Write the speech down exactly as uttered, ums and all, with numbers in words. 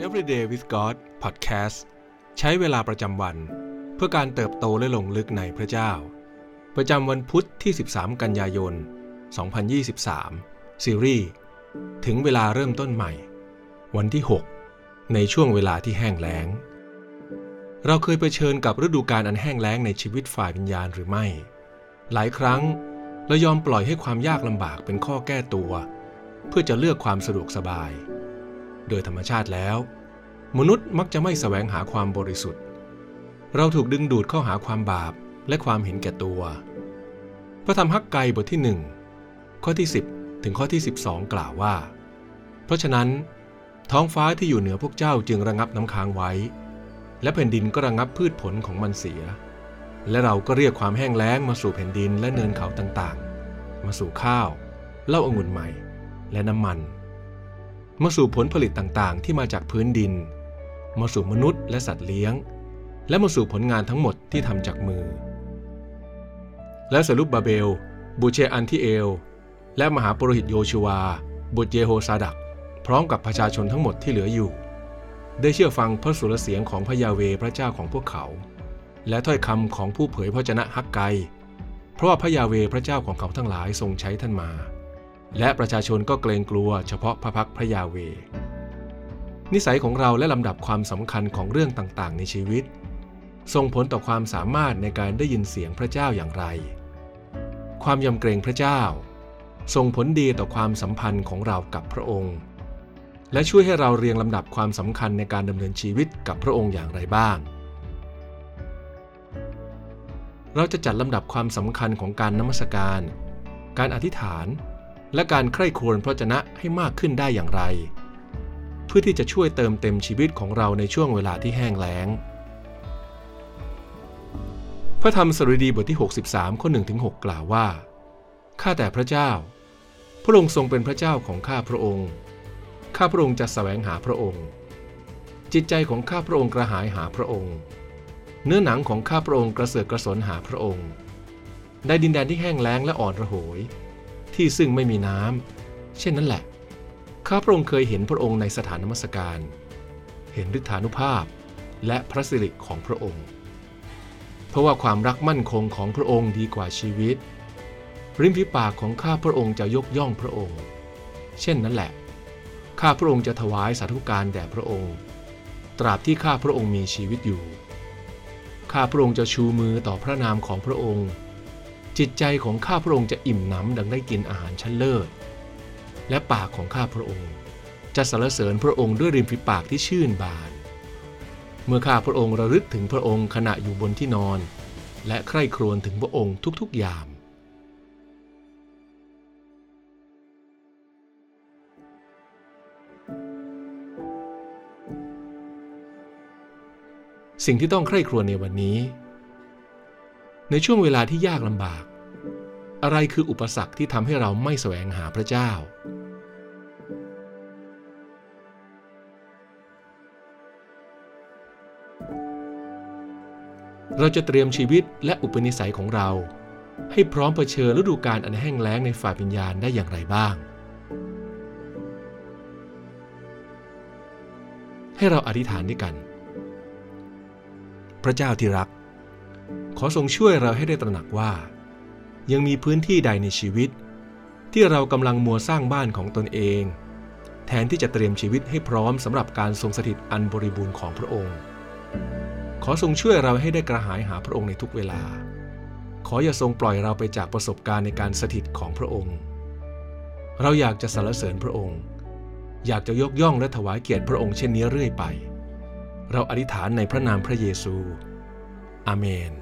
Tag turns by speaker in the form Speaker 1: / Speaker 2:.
Speaker 1: Everyday with God Podcast ใช้เวลาประจำวันเพื่อการเติบโตและลงลึกในพระเจ้าประจำวันพุธที่สิบสามกันยายนสองพันยี่สิบสามซีรีส์ถึงเวลาเริ่มต้นใหม่วันที่หกในช่วงเวลาที่แห้งแล้งเราเคยเผชิญกับฤดูกาลอันแห้งแล้งในชีวิตฝ่ายวิญญาณหรือไม่หลายครั้งเรายอมปล่อยให้ความยากลำบากเป็นข้อแก้ตัวเพื่อจะเลือกความสะดวกสบายโดยธรรมชาติแล้วมนุษย์มักจะไม่แสวงหาความบริสุทธิ์เราถูกดึงดูดเข้าหาความบาปและความเห็นแก่ตัวพระธรรมฮักไกบทที่หนึ่งข้อที่สิบถึงข้อที่สิบสองกล่าวว่าเพราะฉะนั้นท้องฟ้าที่อยู่เหนือพวกเจ้าจึงระงับน้ำค้างไว้และแผ่นดินก็ระงับพืชผลของมันเสียและเราก็เรียกความแห้งแล้งมาสู่แผ่นดินและเนินเขาต่างๆมาสู่ข้าวเหล้าองุ่นใหม่และน้ำมันมาสู่ผลผลิตต่างๆที่มาจากพื้นดินมาสู่มนุษย์และสัตว์เลี้ยงและมาสู่ผลงานทั้งหมดที่ทำจากมือและซะรุบบาเบลบุตรเชอันทิเอลและมหาปุโรหิตโยชูวาบุตรเยโฮซาดักพร้อมกับประชาชนทั้งหมดที่เหลืออยู่ได้เชื่อฟังพระสุรเสียงของพระยาเวห์พระเจ้าของพวกเขาและถ้อยคำของผู้เผยพระวจนะฮักไกเพราะว่าพระยาเวห์พระเจ้าของเขาทั้งหลายทรงใช้ท่านมาและประชาชนก็เกรงกลัวเฉพาะพระพักพระยาเวห์นิสัยของเราและลำดับความสำคัญของเรื่องต่างๆในชีวิตส่งผลต่อความสามารถในการได้ยินเสียงพระเจ้าอย่างไรความยำเกรงพระเจ้าส่งผลดีต่อความสัมพันธ์ของเรากับพระองค์และช่วยให้เราเรียงลำดับความสำคัญในการดำเนินชีวิตกับพระองค์อย่างไรบ้างเราจะจัดลำดับความสำคัญของการนมัสการการอธิษฐานและการใคร่ครวญพระวจนะให้มากขึ้นได้อย่างไรเพื่อที่จะช่วยเติมเต็มชีวิตของเราในช่วงเวลาที่แห้งแล้งพระธรรมสดุดีบทที่หกสิบสามข้อหนึ่งถึงหกกล่าวว่าข้าแต่พระเจ้าพระองค์ทรงเป็นพระเจ้าของข้าพระองค์ข้าพระองค์จะแสวงหาพระองค์จิตใจของข้าพระองค์กระหายหาพระองค์เนื้อหนังของข้าพระองค์กระเสือกกระสนหาพระองค์ในดินแดนที่แห้งแล้งและอ่อนระโหยที่ซึ่งไม่มีน้ำเช่นนั้นแหละข้าพระองค์เคยเห็นพระองค์ในสถานนมัสการเห็นฤทธานุภาพและพระสิริของพระองค์เพราะว่าความรักมั่นคงของพระองค์ดีกว่าชีวิตริมฝีปากของข้าพระองค์จะยกย่องพระองค์เช่นนั้นแหละข้าพระองค์จะถวายสาธุการแด่พระองค์ตราบที่ข้าพระองค์มีชีวิตอยู่ข้าพระองค์จะชูมือต่อพระนามของพระองค์จิตใจของข้าพระองค์จะอิ่มหนำดังได้กินอาหารชั้นเลิศและปากของข้าพระองค์จะสรรเสริญพระองค์ด้วยริมฝีปากที่ชื่นบานเมื่อข้าพระองค์ระลึกถึงพระองค์ขณะอยู่บนที่นอนและใคร่ครวญถึงพระองค์ทุกๆยามสิ่งที่ต้องใคร่ครวญในวันนี้ในช่วงเวลาที่ยากลำบากอะไรคืออุปสรรคที่ทำให้เราไม่แสวงหาพระเจ้าเราจะเตรียมชีวิตและอุปนิสัยของเราให้พร้อมเผชิญฤดูกาลอันแห้งแล้งในฝ่ายวิญญาณได้อย่างไรบ้างให้เราอธิษฐานด้วยกันพระเจ้าที่รักขอทรงช่วยเราให้ได้ตระหนักว่ายังมีพื้นที่ใดในชีวิตที่เรากำลังมัวสร้างบ้านของตนเองแทนที่จะเตรียมชีวิตให้พร้อมสำหรับการทรงสถิตอันบริบูรณ์ของพระองค์ขอทรงช่วยเราให้ได้กระหายหาพระองค์ในทุกเวลาขออย่าทรงปล่อยเราไปจากประสบการณ์ในการสถิตของพระองค์เราอยากจะสรรเสริญพระองค์อยากจะยกย่องและถวายเกียรติพระองค์เช่นนี้เรื่อยไปเราอธิษฐานในพระนามพระเยซูอาเมน